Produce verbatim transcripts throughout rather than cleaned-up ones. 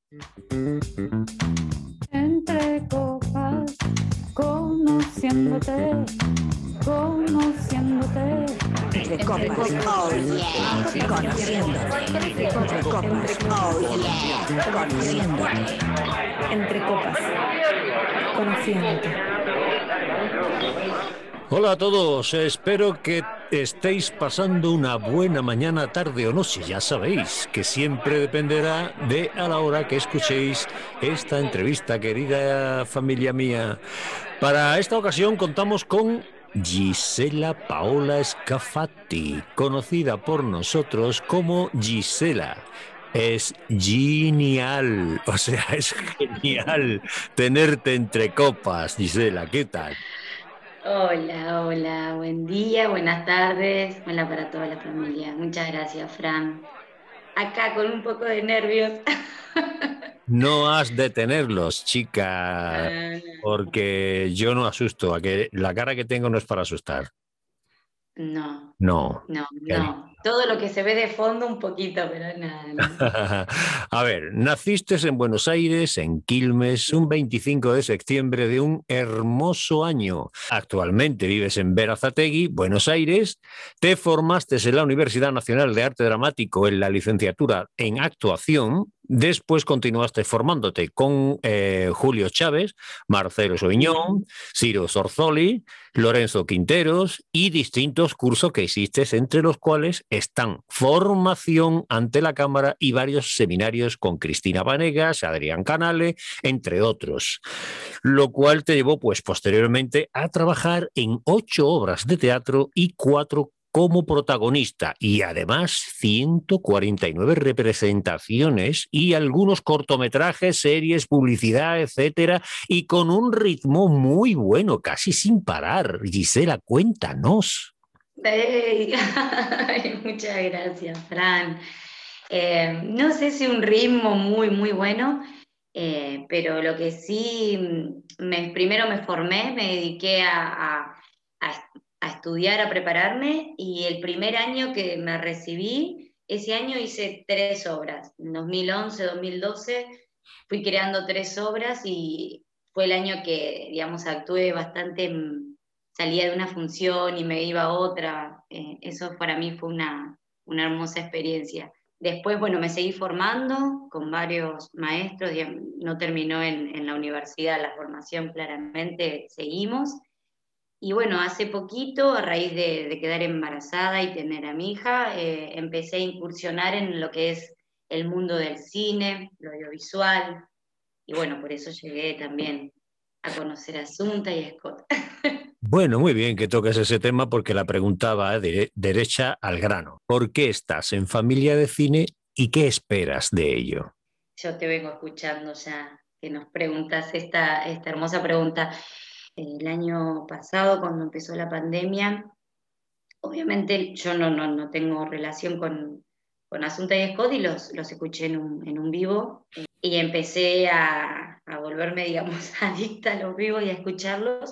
Entre copas, conociéndote, conociéndote. Entre copas, oh yeah, conociéndote. Entre copas, oh yeah, conociéndote. Entre copas, conociéndote. Hola a todos, espero que estéis pasando una buena mañana, tarde o noche. Ya sabéis que siempre dependerá de a la hora que escuchéis esta entrevista, querida familia mía. Para esta ocasión contamos con Gisela Paola Scafati, conocida por nosotros como Gisela. Es genial, o sea, es genial tenerte entre copas, Gisela, ¿qué tal? Hola, hola, buen día, buenas tardes, hola para toda la familia. Muchas gracias, Fran. Acá con un poco de nervios. No has de tenerlos, chica, Ah, porque yo no asusto, a que la cara que tengo no es para asustar. no, No. no, no. Todo lo que se ve de fondo un poquito, pero nada, no. A ver, naciste en Buenos Aires, en Quilmes, un veinticinco de septiembre de un hermoso año. Actualmente vives en Berazategui, Buenos Aires. Te formaste en la Universidad Nacional de Arte Dramático en la licenciatura en actuación. Después continuaste formándote con eh, Julio Chávez, Marcelo Soiñón, Ciro Sorzoli, Lorenzo Quinteros y distintos cursos que hiciste, entre los cuales están formación ante la cámara y varios seminarios con Cristina Vanegas, Adrián Canale, entre otros. Lo cual te llevó, pues, posteriormente a trabajar en ocho obras de teatro y cuatro como protagonista y además ciento cuarenta y nueve representaciones y algunos cortometrajes, series, publicidad, etcétera, y con un ritmo muy bueno, casi sin parar. Gisela, cuéntanos. Ey, ay, muchas gracias, Fran. Eh, no sé si un ritmo muy, muy bueno, eh, pero lo que sí, me, primero me formé, me dediqué a, a, a, a estudiar, a prepararme, y el primer año que me recibí, ese año hice tres obras. En dos mil once, dos mil doce fui creando tres obras y fue el año que, digamos, actué bastante, salía de una función y me iba a otra. Eh, eso para mí fue una, una hermosa experiencia. Después, bueno, me seguí formando con varios maestros, digamos, no terminó en, en la universidad la formación, claramente seguimos. Y bueno, hace poquito, a raíz de, de quedar embarazada y tener a mi hija, eh, empecé a incursionar en lo que es el mundo del cine, lo audiovisual, y bueno, por eso llegué también a conocer a Asunta y a Scott. Bueno, muy bien que toques ese tema porque la pregunta va de derecha al grano. ¿Por qué estás en familia de cine y qué esperas de ello? Yo te vengo escuchando ya que nos preguntas esta, esta hermosa pregunta. El año pasado, cuando empezó la pandemia, obviamente yo no, no, no tengo relación con, con Asunta y Scott y los, los escuché en un, en un vivo, eh, y empecé a, a volverme, digamos, adicta a los vivos y a escucharlos,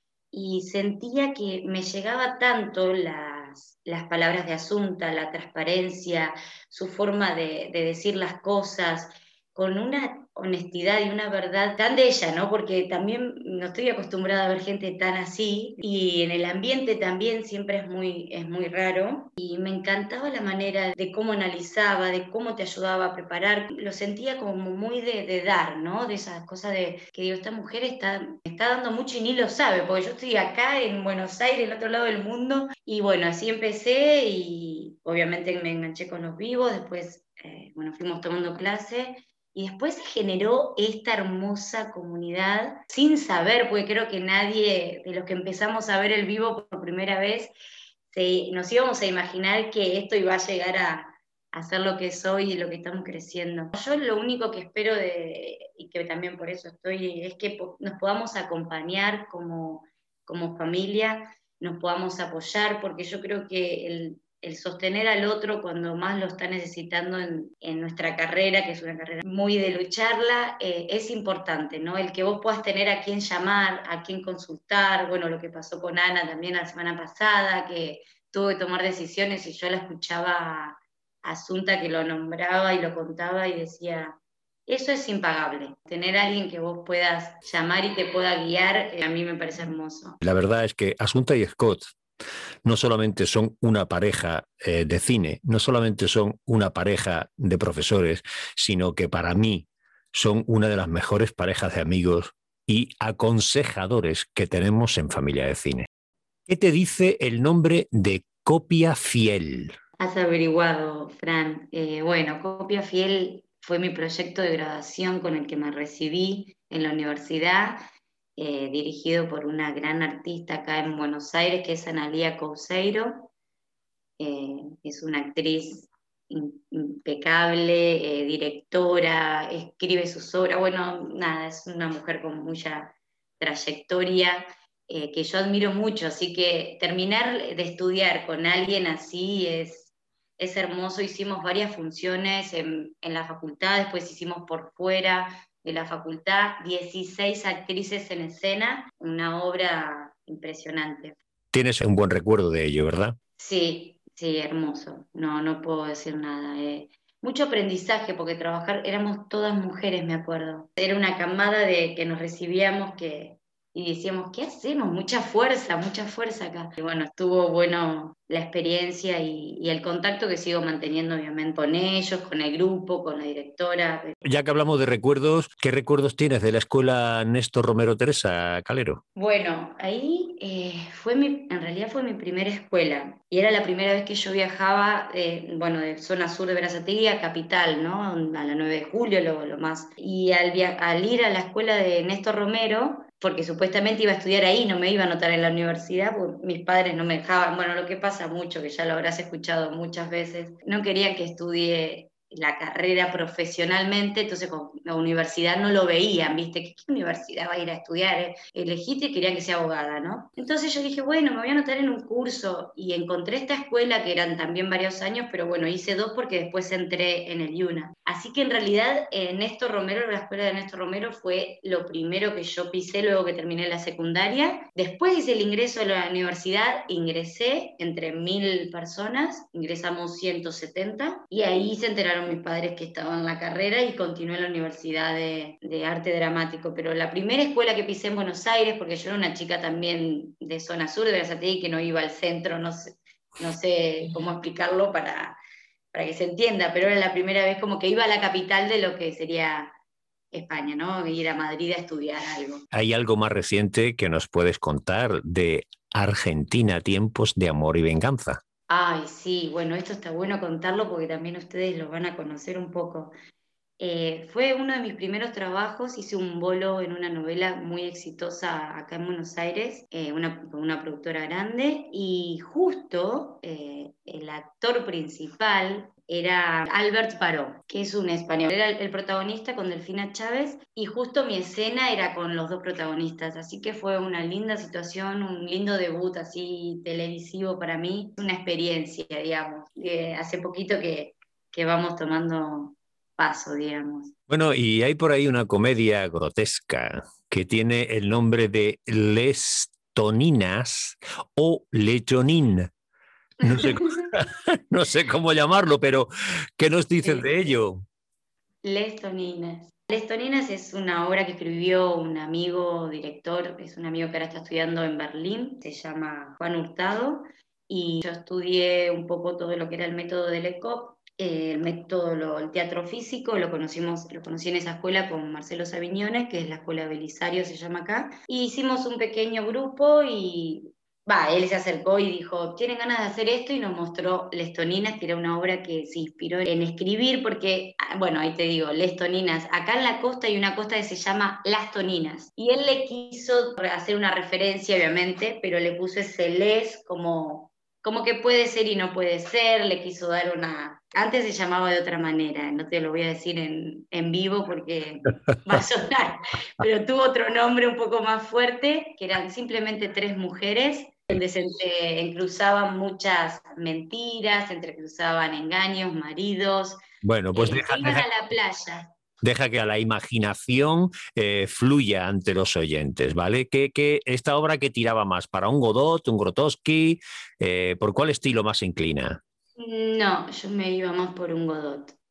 y sentía que me llegaba tanto las, las palabras de Asunta, la transparencia, su forma de, de decir las cosas, con una honestidad y una verdad tan de ella, ¿no? Porque también no estoy acostumbrada a ver gente tan así, y en el ambiente también siempre es muy, es muy raro, y me encantaba la manera de cómo analizaba, de cómo te ayudaba a preparar, lo sentía como muy de, de dar, ¿no? De esas cosas de que digo, esta mujer está, me está dando mucho y ni lo sabe, porque yo estoy acá en Buenos Aires, en el otro lado del mundo, y bueno, así empecé y obviamente me enganché con los vivos, después, eh, bueno, fuimos tomando clase. Y después se generó esta hermosa comunidad sin saber, porque creo que nadie de los que empezamos a ver el vivo por primera vez se, nos íbamos a imaginar que esto iba a llegar a, a ser lo que soy y lo que estamos creciendo. Yo lo único que espero, de, y que también por eso estoy, es que po- nos podamos acompañar como, como familia, nos podamos apoyar, porque yo creo que el el sostener al otro cuando más lo está necesitando en, en nuestra carrera, que es una carrera muy de lucharla, eh, es importante, ¿no? El que vos puedas tener a quién llamar, a quién consultar, bueno, lo que pasó con Ana también la semana pasada, que tuvo que tomar decisiones y yo la escuchaba a Asunta que lo nombraba y lo contaba y decía, Eso es impagable. Tener a alguien que vos puedas llamar y te pueda guiar, eh, a mí me parece hermoso. La verdad es que Assunta y Scott no solamente son una pareja eh, de cine, no solamente son una pareja de profesores, sino que para mí son una de las mejores parejas de amigos y aconsejadores que tenemos en Familia de Cine. ¿Qué te dice el nombre de Copia Fiel? Has averiguado, Fran. Eh, bueno, Copia Fiel fue mi proyecto de graduación con el que me recibí en la universidad, eh, dirigido por una gran artista acá en Buenos Aires, que es Analía Couceiro. Eh, es una actriz in- impecable, eh, directora, escribe sus obras. Bueno, nada, es una mujer con mucha trayectoria, eh, que yo admiro mucho, así que terminar de estudiar con alguien así es, es hermoso. Hicimos varias funciones en, en la facultad, después hicimos por fuera de la facultad, dieciséis actrices en escena, una obra impresionante. Tienes un buen recuerdo de ello, ¿verdad? Sí, sí, hermoso. No, no puedo decir nada. eh. Mucho aprendizaje, porque trabajar, éramos todas mujeres, me acuerdo. Era una camada de que nos recibíamos que, y decíamos, ¿qué hacemos? Mucha fuerza, mucha fuerza acá. Y bueno, estuvo bueno la experiencia y, y el contacto que sigo manteniendo, obviamente, con ellos, con el grupo, con la directora. Ya que hablamos de recuerdos, ¿qué recuerdos tienes de la escuela Néstor Romero Teresa, Calero? Bueno, ahí eh, fue mi, en realidad fue mi primera escuela y era la primera vez que yo viajaba, eh, bueno, de zona sur de Berazategui a Capital, ¿no? A la nueve de julio, lo, lo más. Y al, via- al ir a la escuela de Néstor Romero, porque supuestamente iba a estudiar ahí, no me iba a anotar en la universidad, porque mis padres no me dejaban, bueno, lo que pasa mucho, que ya lo habrás escuchado muchas veces, no querían que estudie la carrera profesionalmente, entonces con la universidad no lo veían, ¿viste? ¿Qué, qué universidad va a ir a estudiar? Eh? Elegiste y querían que sea abogada, ¿no? Entonces yo dije, bueno, me voy a anotar en un curso y encontré esta escuela que eran también varios años, pero bueno, hice dos porque después entré en el IUNA. Así que en realidad eh, Néstor Romero, la escuela de Néstor Romero fue lo primero que yo pisé luego que terminé la secundaria. Después hice el ingreso a la universidad, ingresé entre mil personas, ingresamos ciento setenta y ahí se enteraron mis padres que estaba en la carrera y continué en la Universidad de, de Arte Dramático. Pero la primera escuela que pisé en Buenos Aires, porque yo era una chica también de zona sur de Berazategui que no iba al centro, no sé, no sé cómo explicarlo para, para que se entienda, pero era la primera vez como que iba a la capital de lo que sería España, ¿no? Ir a Madrid a estudiar algo. ¿Hay algo más reciente que nos puedes contar de Argentina, tiempos de amor y venganza? Ay, sí, bueno, esto está bueno contarlo porque también ustedes lo van a conocer un poco. Eh, fue uno de mis primeros trabajos, hice un bolo en una novela muy exitosa acá en Buenos Aires, eh, una, con una productora grande, y justo eh, el actor principal era Albert Paró, que es un español. Era el, el protagonista con Delfina Chávez, y justo mi escena era con los dos protagonistas, así que fue una linda situación, un lindo debut así televisivo para mí, una experiencia, digamos. Eh, hace poquito que, que vamos tomando paso, digamos. Bueno, y hay por ahí una comedia grotesca que tiene el nombre de Les Toninas o Lechonín. No sé, no sé cómo llamarlo, pero ¿qué nos dices Sí. de ello? Les Toninas. Les Toninas es una obra que escribió un amigo director, es un amigo que ahora está estudiando en Berlín, se llama Juan Hurtado, y yo estudié un poco todo lo que era el método del E C O P, eh, el método, lo- el teatro físico, lo conocimos, lo conocí en esa escuela con Marcelo Saviñones, que es la escuela Belisario, se llama acá, y hicimos un pequeño grupo y va, él se acercó y dijo, ¿tienen ganas de hacer esto? Y nos mostró Les Toninas, que era una obra que se inspiró en escribir, porque, ah, bueno, ahí te digo, Les Toninas. Acá en la costa hay una costa que se llama Las Toninas. Y él le quiso hacer una referencia, obviamente, pero le puso ese les como, como que puede ser y no puede ser, le quiso dar una... Antes se llamaba de otra manera, no te lo voy a decir en, en vivo porque va a sonar, pero tuvo otro nombre un poco más fuerte, que eran simplemente tres mujeres donde se entre- encruzaban muchas mentiras, se entrecruzaban engaños, maridos, Bueno, pues eh, deja, se iban deja, a la playa. deja que a la imaginación eh, fluya ante los oyentes, ¿vale? ¿Qué, qué, esta obra que tiraba más? ¿Para un Godot, un Grotowski? Eh, ¿por cuál estilo más se inclina? No, yo me iba más por un Godot.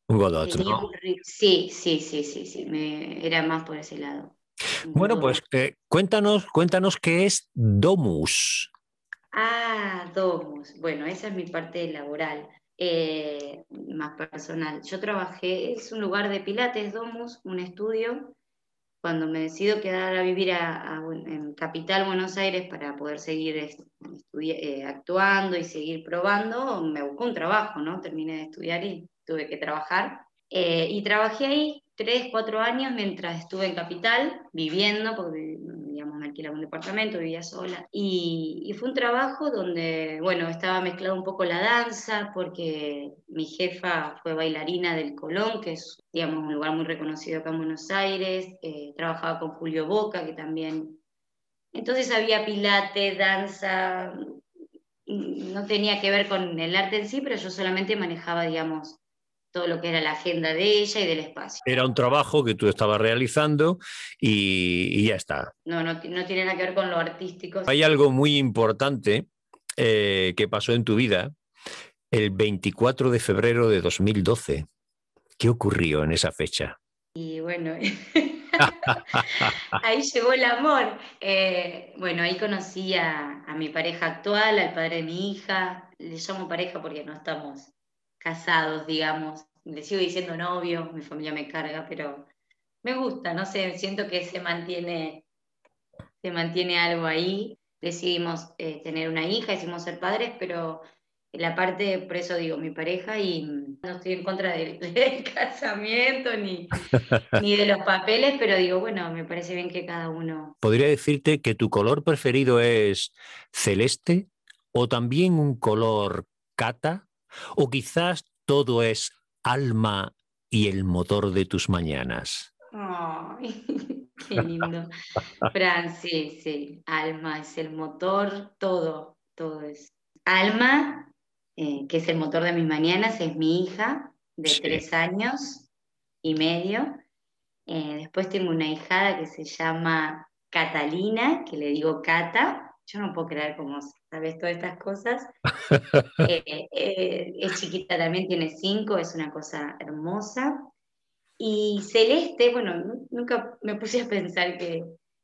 Un Godot, Tenía ¿no? un ri- Sí, sí, sí, sí, sí, me, era más por ese lado. Un Bueno, Godot. pues eh, cuéntanos, cuéntanos qué es Domus. Ah, Domus. Bueno, esa es mi parte laboral, eh, más personal. Yo trabajé, es un lugar de pilates, Domus, un estudio. Cuando me decido quedar a vivir a- a Buen- en Capital, Buenos Aires, para poder seguir es- estudi- eh, actuando y seguir probando, me buscó un trabajo, ¿no? Terminé de estudiar y tuve que trabajar. Eh, y trabajé ahí tres, cuatro años mientras estuve en Capital, viviendo, porque digamos, me alquilaba un departamento, vivía sola. Y, y fue un trabajo donde, bueno, estaba mezclado un poco la danza, porque mi jefa fue bailarina del Colón, que es, digamos, un lugar muy reconocido acá en Buenos Aires. Eh, trabajaba con Julio Boca, que también... Entonces había pilates, danza, no tenía que ver con el arte en sí, pero yo solamente manejaba, digamos, todo lo que era la agenda de ella y del espacio. Era un trabajo que tú estabas realizando y, y ya está. No, no, no tiene nada que ver con lo artístico. Hay algo muy importante eh, que pasó en tu vida el veinticuatro de febrero de dos mil doce. ¿Qué ocurrió en esa fecha? Y bueno, ahí llegó el amor. Eh, bueno, ahí conocí a, a mi pareja actual, al padre de mi hija. Le llamo pareja porque no estamos casados, digamos. Le sigo diciendo novio, mi familia me carga, pero me gusta, no sé, siento que se mantiene, se mantiene algo ahí. Decidimos eh, tener una hija, decidimos ser padres, pero la parte, por eso digo, mi pareja, y no estoy en contra del, del casamiento ni, ni de los papeles, pero digo, bueno, me parece bien que cada uno... Podría decirte que tu color preferido es celeste o también un color cata o quizás todo es alma y el motor de tus mañanas. Ay, qué lindo. Fran, sí, sí, Alma es el motor, todo, todo es. Alma, eh, que es el motor de mis mañanas, es mi hija de Sí. tres años y medio. Eh, después tengo una hijada que se llama Catalina, que le digo Cata. Yo no puedo creer cómo sabes todas estas cosas. Eh, eh, es chiquita también, tiene cinco, es una cosa hermosa. Y Celeste, bueno, nu- nunca me puse a pensar que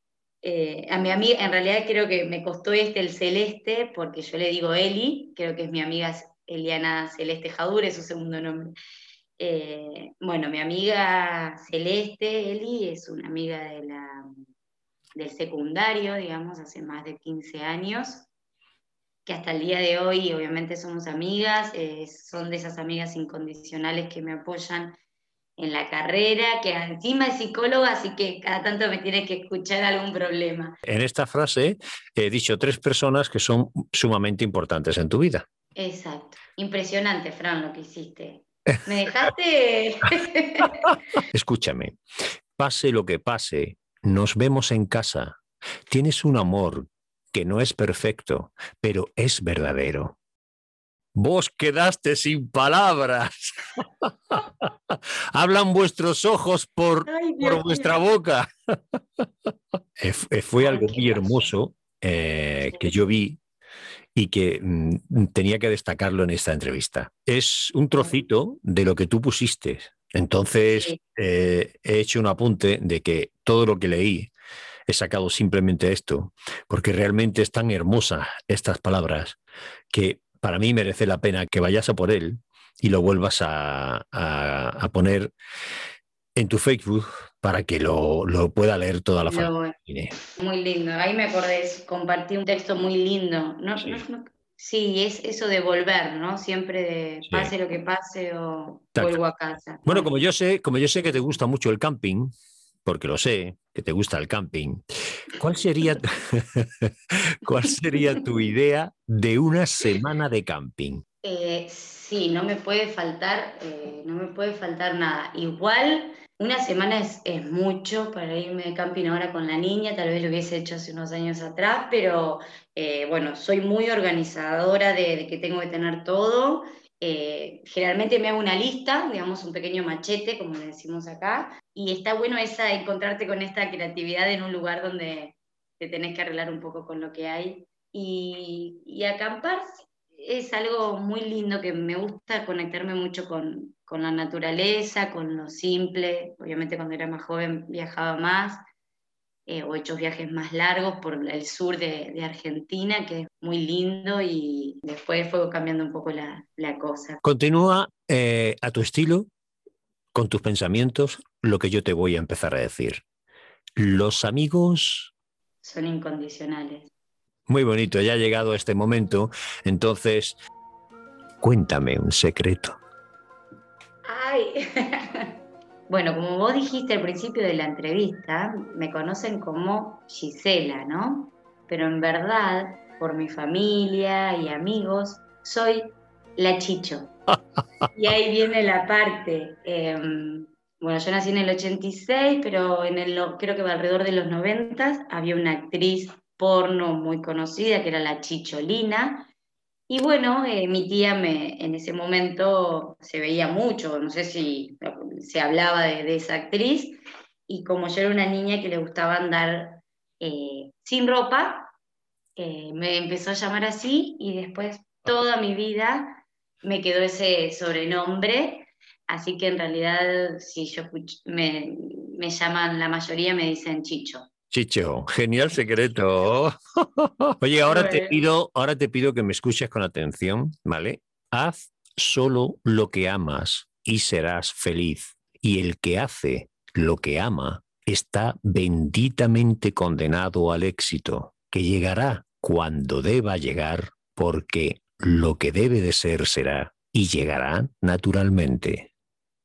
eh, a mi amiga, en realidad creo que me costó este el Celeste, porque yo le digo Eli, creo que es mi amiga Eliana Celeste Jadur, es su segundo nombre. Eh, bueno, mi amiga Celeste, Eli, es una amiga de la, del secundario, digamos, hace más de quince años, que hasta el día de hoy obviamente somos amigas, eh, son de esas amigas incondicionales que me apoyan en la carrera, que encima es psicóloga, así que cada tanto me tiene que escuchar algún problema. En esta frase he dicho tres personas que son sumamente importantes en tu vida. Exacto. Impresionante, Fran, lo que hiciste. Me dejaste... Escúchame, pase lo que pase, nos vemos en casa. Tienes un amor que no es perfecto, pero es verdadero. Vos quedaste sin palabras. Hablan vuestros ojos por, Ay, Dios por mío. vuestra boca. Eh, fu- eh, Fue Ay, algo qué muy bello. hermoso eh, que Sí. yo vi y que mm, tenía que destacarlo en esta entrevista. Es un trocito de lo que tú pusiste. Entonces, Sí. eh, he hecho un apunte de que todo lo que leí he sacado simplemente esto, porque realmente es tan hermosa estas palabras que para mí merece la pena que vayas a por él y lo vuelvas a, a, a poner en tu Facebook para que lo, lo pueda leer toda la familia. Lo, muy lindo. Ahí me acordé, compartí un texto muy lindo. No, no, Sí, no- sí, es eso de volver, ¿no? Siempre de sí. pase lo que pase o Exacto. vuelvo a casa. Bueno, Bueno, como yo sé, como yo sé que te gusta mucho el camping, porque lo sé, que te gusta el camping, ¿cuál sería, ¿cuál sería tu idea de una semana de camping? Eh, sí, no me puede faltar, eh, no me puede faltar nada. Igual, una semana es, es mucho para irme de camping ahora con la niña, tal vez lo hubiese hecho hace unos años atrás, pero eh, bueno, soy muy organizadora de, de que tengo que tener todo. Eh, generalmente me hago una lista, digamos un pequeño machete, como le decimos acá, y está bueno esa, encontrarte con esta creatividad en un lugar donde te tenés que arreglar un poco con lo que hay. Y, y acampar es algo muy lindo que me gusta conectarme mucho con, con la naturaleza, con lo simple. Obviamente cuando era más joven viajaba más, eh, o he hecho viajes más largos por el sur de, de Argentina, que es muy lindo, y después fue cambiando un poco la, la cosa. Continúa eh, a tu estilo, con tus pensamientos, lo que yo te voy a empezar a decir. Los amigos... Son incondicionales. Muy bonito, ya ha llegado este momento, entonces cuéntame un secreto. ¡Ay! Bueno, como vos dijiste al principio de la entrevista, me conocen como Gisela, ¿no? Pero en verdad, por mi familia y amigos, soy la Chicho. Y ahí viene la parte. Eh, bueno, yo nací en el ochenta y seis, pero en el, creo que alrededor de los noventa había una actriz porno muy conocida que era la Chicholina. Y bueno, eh, mi tía me, en ese momento se veía mucho, no sé si se hablaba de, de esa actriz, y como yo era una niña que le gustaba andar eh, sin ropa, eh, me empezó a llamar así y después toda mi vida me quedó ese sobrenombre, así que en realidad si yo escuch- me, me llaman, la mayoría me dicen Chicho. Chicho, genial secreto. Oye, ahora te Bueno. pido, ahora te pido que me escuches con atención, ¿vale? Haz solo lo que amas y serás feliz. Y el que hace lo que ama está benditamente condenado al éxito, que llegará cuando deba llegar, porque lo que debe de ser será y llegará naturalmente.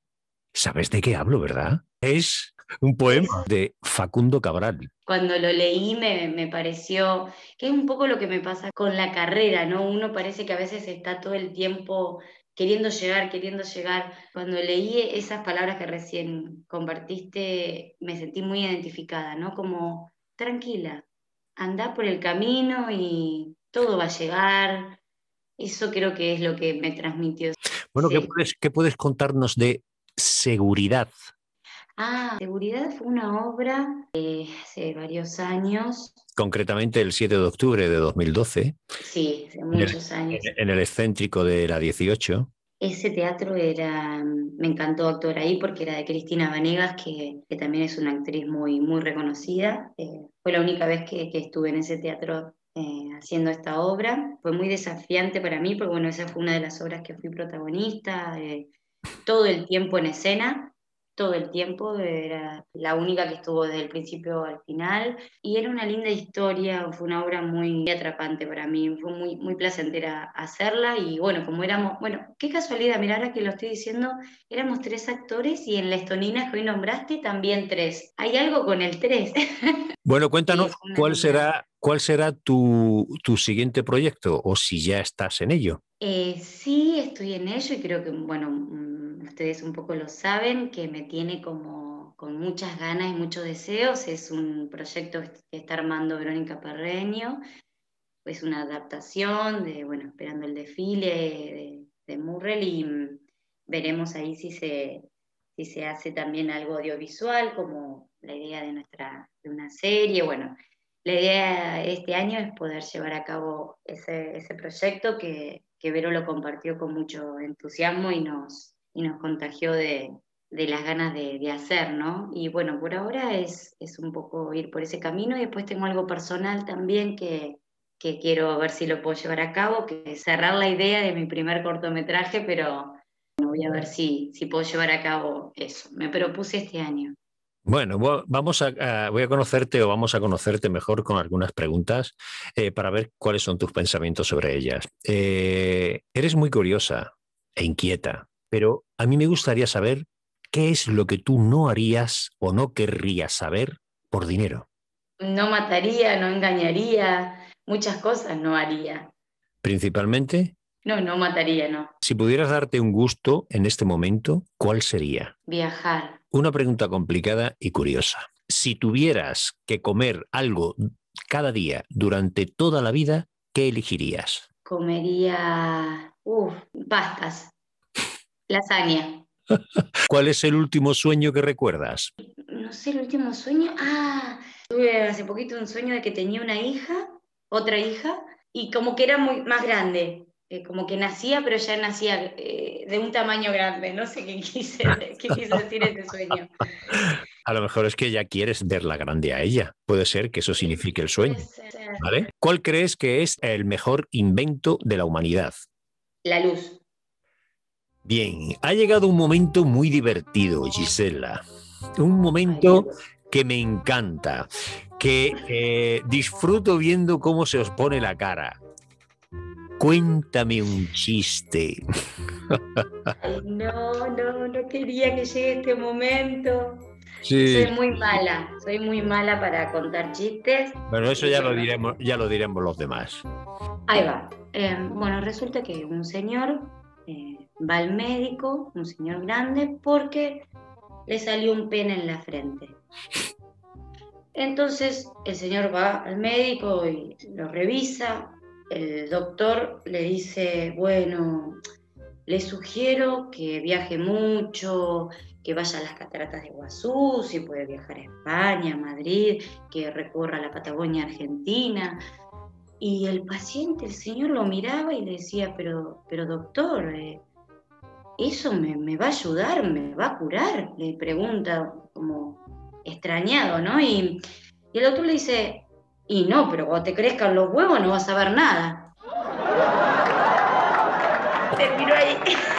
¿Sabes de qué hablo, verdad? Es un poema de Facundo Cabral. Cuando lo leí me, me pareció que es un poco lo que me pasa con la carrera, ¿no? Uno parece que a veces está todo el tiempo queriendo llegar, queriendo llegar. Cuando leí esas palabras que recién compartiste, me sentí muy identificada, ¿no? Como tranquila, andá por el camino y todo va a llegar. Eso creo que es lo que me transmitió. Bueno, ¿qué Sí. puedes, qué puedes contarnos de seguridad? Ah, Seguridad fue una obra eh, hace varios años. Concretamente el siete de octubre de dos mil doce, Sí, hace en el, muchos años. en el excéntrico de la dieciocho. Ese teatro era, me encantó actuar ahí porque era de Cristina Vanegas, que, que también es una actriz muy, muy reconocida. Eh, fue la única vez que, que estuve en ese teatro eh, haciendo esta obra. Fue muy desafiante para mí porque, bueno, esa fue una de las obras que fui protagonista, eh, todo el tiempo en escena, todo el tiempo, era la única que estuvo desde el principio al final, y era una linda historia, fue una obra muy atrapante para mí, fue muy, muy placentera hacerla, y bueno, como éramos, bueno, qué casualidad, mira, ahora que lo estoy diciendo, éramos tres actores, y en la estonina que hoy nombraste también tres, hay algo con el tres. Bueno, Sí, cuéntanos fue una cuál linda. será, cuál será tu, tu siguiente proyecto o si ya estás en ello. Eh, sí, estoy en ello y creo que, bueno, mm, ustedes un poco lo saben, que me tiene como con muchas ganas y muchos deseos. Es un proyecto que está armando Verónica Parreño, es una adaptación de, bueno, esperando el desfile de, de Murrell, y mm, veremos ahí si se, si se hace también algo audiovisual, como la idea de nuestra, de una serie. Bueno, la idea este año es poder llevar a cabo ese, ese proyecto que, que Vero lo compartió con mucho entusiasmo y nos, y nos contagió de, de las ganas de, de hacer, ¿no? Y bueno, por ahora es, es un poco ir por ese camino, y después tengo algo personal también que, que quiero ver si lo puedo llevar a cabo, que es cerrar la idea de mi primer cortometraje, pero bueno, voy a ver si, si puedo llevar a cabo eso. Me propuse este año. Bueno, vo- vamos a, a- voy a conocerte o vamos a conocerte mejor con algunas preguntas eh, para ver cuáles son tus pensamientos sobre ellas. Eh, eres muy curiosa e inquieta, pero a mí me gustaría saber qué es lo que tú no harías o no querrías saber por dinero. No mataría, no engañaría, muchas cosas no haría. Principalmente, No, no mataría, no. si pudieras darte un gusto en este momento, ¿cuál sería? Viajar. Una pregunta complicada y curiosa. Si tuvieras que comer algo cada día durante toda la vida, ¿qué elegirías? Comería, uff, pastas, lasaña. ¿Cuál es el último sueño que recuerdas? No sé, el último sueño. Ah, tuve hace poquito un sueño de que tenía una hija, otra hija, y como que era muy más grande. eh, como que nacía, pero ya nacía eh, de un tamaño grande. No sé qué quise, qué quiso decir ese sueño. A lo mejor es que ya quieres verla grande a ella. Puede ser que eso signifique el sueño. Puede ser. ¿Vale? ¿Cuál crees que es el mejor invento de la humanidad? La luz. Bien, ha llegado un momento muy divertido, Gisela. Un momento que me encanta, que eh, disfruto viendo cómo se os pone la cara. Cuéntame un chiste. Ay, no, no, no quería que llegue este momento. Sí. Soy muy mala, soy muy mala para contar chistes. Bueno, eso Y ya lo bueno, diremos, ya lo diremos los demás. ahí va. Eh, bueno, resulta que un señor eh, va al médico, un señor grande, porque le salió un pene en la frente. Entonces el señor va al médico y lo revisa. El doctor le dice, bueno, le sugiero que viaje mucho, que vaya a las cataratas de Iguazú, si puede viajar a España, a Madrid, que recorra la Patagonia Argentina. Y el paciente, el señor lo miraba y le decía, pero, pero doctor, eh, ¿eso me, me va a ayudar, me va a curar? Le pregunta como extrañado, ¿no? Y, y el doctor le dice, y no, pero cuando te crezcan los huevos no vas a ver nada. Terminó ahí.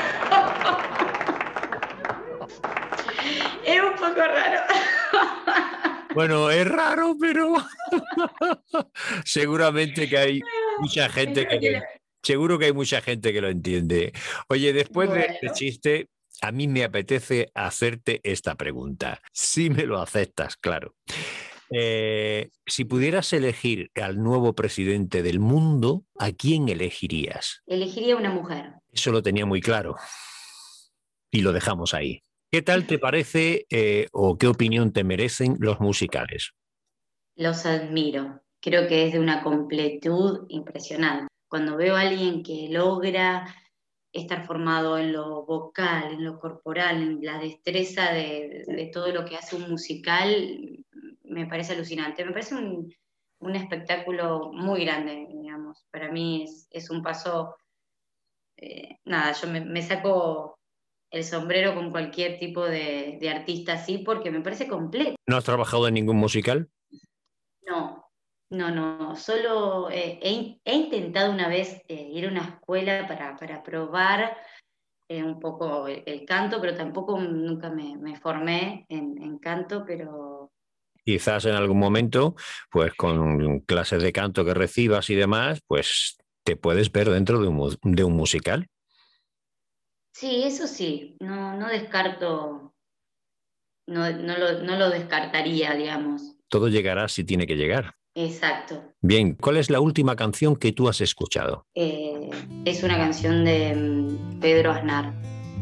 Es un poco raro. Bueno, es raro, pero seguramente que hay mucha gente que, que seguro que hay mucha gente que lo entiende. Oye, después bueno. de este chiste, a mí me apetece hacerte esta pregunta. Si me lo aceptas, claro. Eh, si pudieras elegir al nuevo presidente del mundo, ¿a quién elegirías? Elegiría una mujer. Eso lo tenía muy claro. Y lo dejamos ahí. ¿Qué tal te parece eh, o qué opinión te merecen los musicales? Los admiro. Creo que es de una completud impresionante. Cuando veo a alguien que logra estar formado en lo vocal, en lo corporal, en la destreza de, de todo lo que hace un musical, me parece alucinante. Me parece un, un espectáculo muy grande, digamos. Para mí es, es un paso... Eh, nada, yo me, me saco el sombrero con cualquier tipo de, de artista así porque me parece completo. ¿No has trabajado en ningún musical? No, no, no. Solo eh, he, he intentado una vez eh, ir a una escuela para, para probar eh, un poco el, el canto, pero tampoco nunca me, me formé en, en canto, pero... Quizás en algún momento, pues con clases de canto que recibas y demás, pues te puedes ver dentro de un, de un musical. Sí, eso sí, no, no descarto, no, no, lo, no lo descartaría, digamos. Todo llegará si tiene que llegar. Exacto. Bien, ¿cuál es la última canción que tú has escuchado? Eh, es una canción de um, Pedro Aznar.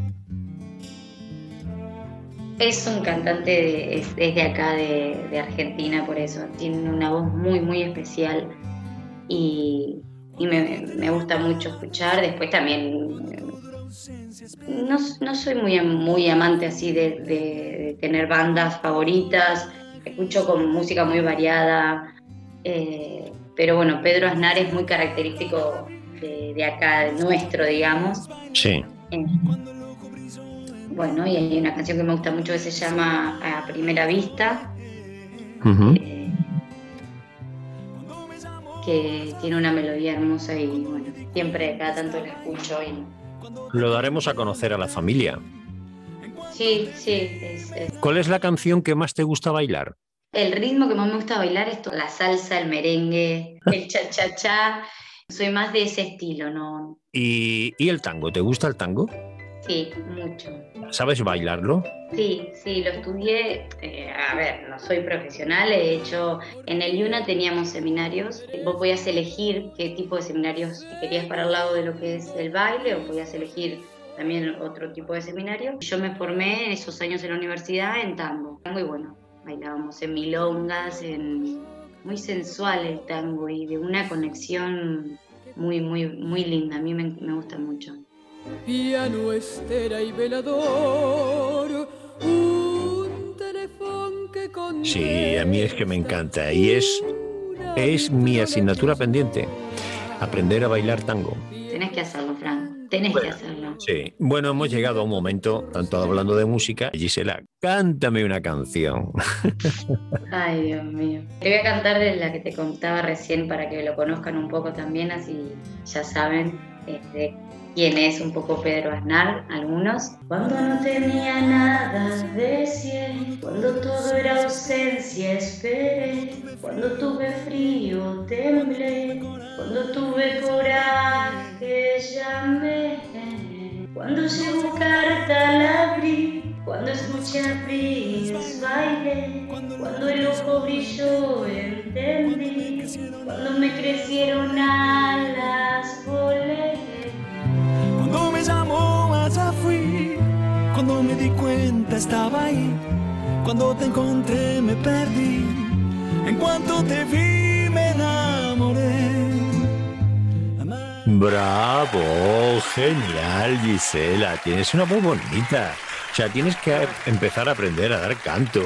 Es un cantante, de, es, es de acá, de, de Argentina, por eso. Tiene una voz muy, muy especial y, y me, me gusta mucho escuchar. Después también... No, no soy muy, muy amante así de, de, de tener bandas favoritas, escucho con música muy variada, eh, pero bueno, Pedro Aznar es muy característico de, de acá, de nuestro, digamos. Sí. Eh, bueno, y hay una canción que me gusta mucho que se llama A Primera Vista, uh-huh. eh, que tiene una melodía hermosa y bueno, siempre cada tanto la escucho y... Lo daremos a conocer a la familia. Sí, sí. Es, es. ¿Cuál es la canción que más te gusta bailar? El ritmo que más me gusta bailar es la salsa, el merengue, el cha-cha-cha. Soy más de ese estilo, ¿no? ¿Y, ¿Y el tango? ¿Te gusta el tango? Sí, mucho. ¿Sabes bailarlo? Sí, sí, lo estudié. Eh, a ver, no soy profesional. De hecho, en el IUNA teníamos seminarios. Vos podías elegir qué tipo de seminarios querías para el lado de lo que es el baile o podías elegir también otro tipo de seminario. Yo me formé en esos años en la universidad en tango. Tango y bueno, bailábamos en milongas, en... muy sensual el tango y de una conexión muy, muy, muy linda. A mí me, me gusta mucho. Piano, estera y velador, un teléfono que con... Sí, a mí es que me encanta y es, es mi asignatura pendiente. aprender a bailar tango. Tenés que hacerlo, Fran. Tenés Bueno, que hacerlo. Sí. Bueno, hemos llegado a un momento, tanto hablando de música. Gisela, cántame una canción. Ay, Dios mío. Te voy a cantar de la que te contaba recién para que lo conozcan un poco también, así ya saben este, quién es un poco Pedro Aznar, algunos. Cuando no tenía nada decía, cuando todo era ausencia esperé, cuando tuve frío temblé, cuando tuve coraje llamé, cuando llegó carta la abrí, cuando escuché a Prince bailé, cuando el ojo brilló entendí, cuando me crecieron alas volé. Cuando me llamó allá fui, cuando me di cuenta estaba ahí, cuando te encontré me perdí, en cuanto te vi me enamoré. Bravo, genial, Gisela, tienes una voz bonita. O sea, tienes que empezar a aprender a dar canto.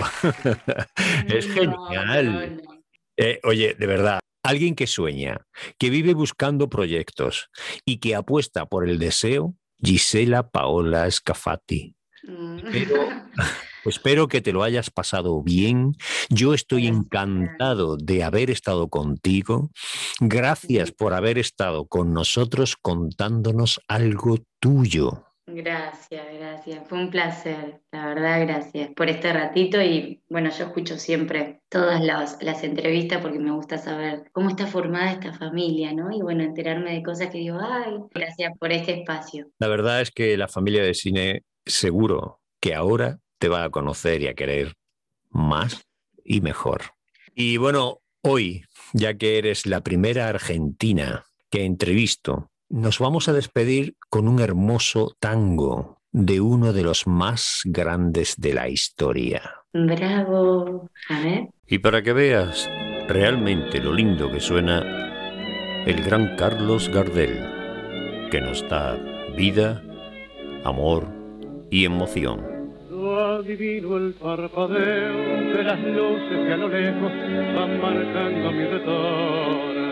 Es genial. No, no, no. Eh, oye, de verdad, alguien que sueña, que vive buscando proyectos y que apuesta por el deseo, Gisela Paola Scafati. Pero espero que te lo hayas pasado bien. Yo estoy encantado de haber estado contigo. Gracias por haber estado con nosotros contándonos algo tuyo. Gracias, gracias. Fue un placer, la verdad, gracias por este ratito y bueno, yo escucho siempre todas las, las entrevistas porque me gusta saber cómo está formada esta familia, ¿no? Y bueno, enterarme de cosas que digo, ay, gracias por este espacio. La verdad es que la familia de cine seguro que ahora te va a conocer y a querer más y mejor. Y bueno, hoy, ya que eres la primera argentina que entrevisto, nos vamos a despedir con un hermoso tango de uno de los más grandes de la historia. Bravo. A ver. Y para que veas realmente lo lindo que suena, el gran Carlos Gardel, que nos da vida, amor y emoción. Adivino el parpadeo de las luces que a lo lejos van marcando mi retorno.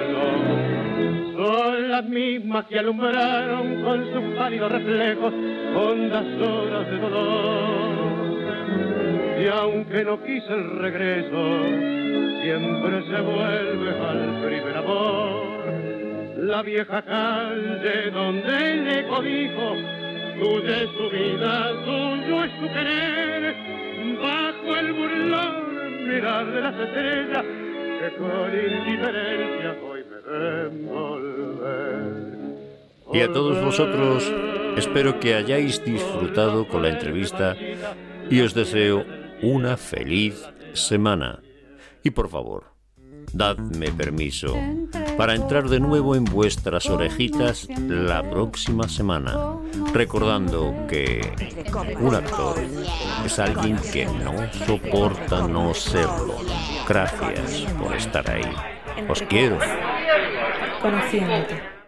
Son las mismas que alumbraron con sus pálidos reflejos hondas horas de dolor. Y aunque no quise el regreso, siempre se vuelve al primer amor. La vieja calle donde le codijo, tuya es su vida, tuyo es su querer, bajo el burlón mirar de las estrellas que con indiferencia hoy me ven volver. Y a todos vosotros espero que hayáis disfrutado con la entrevista y os deseo una feliz semana. Y por favor, dadme permiso para entrar de nuevo en vuestras orejitas la próxima semana, recordando que un actor es alguien que no soporta no serlo. Gracias por estar ahí. Os quiero. Conociéndote.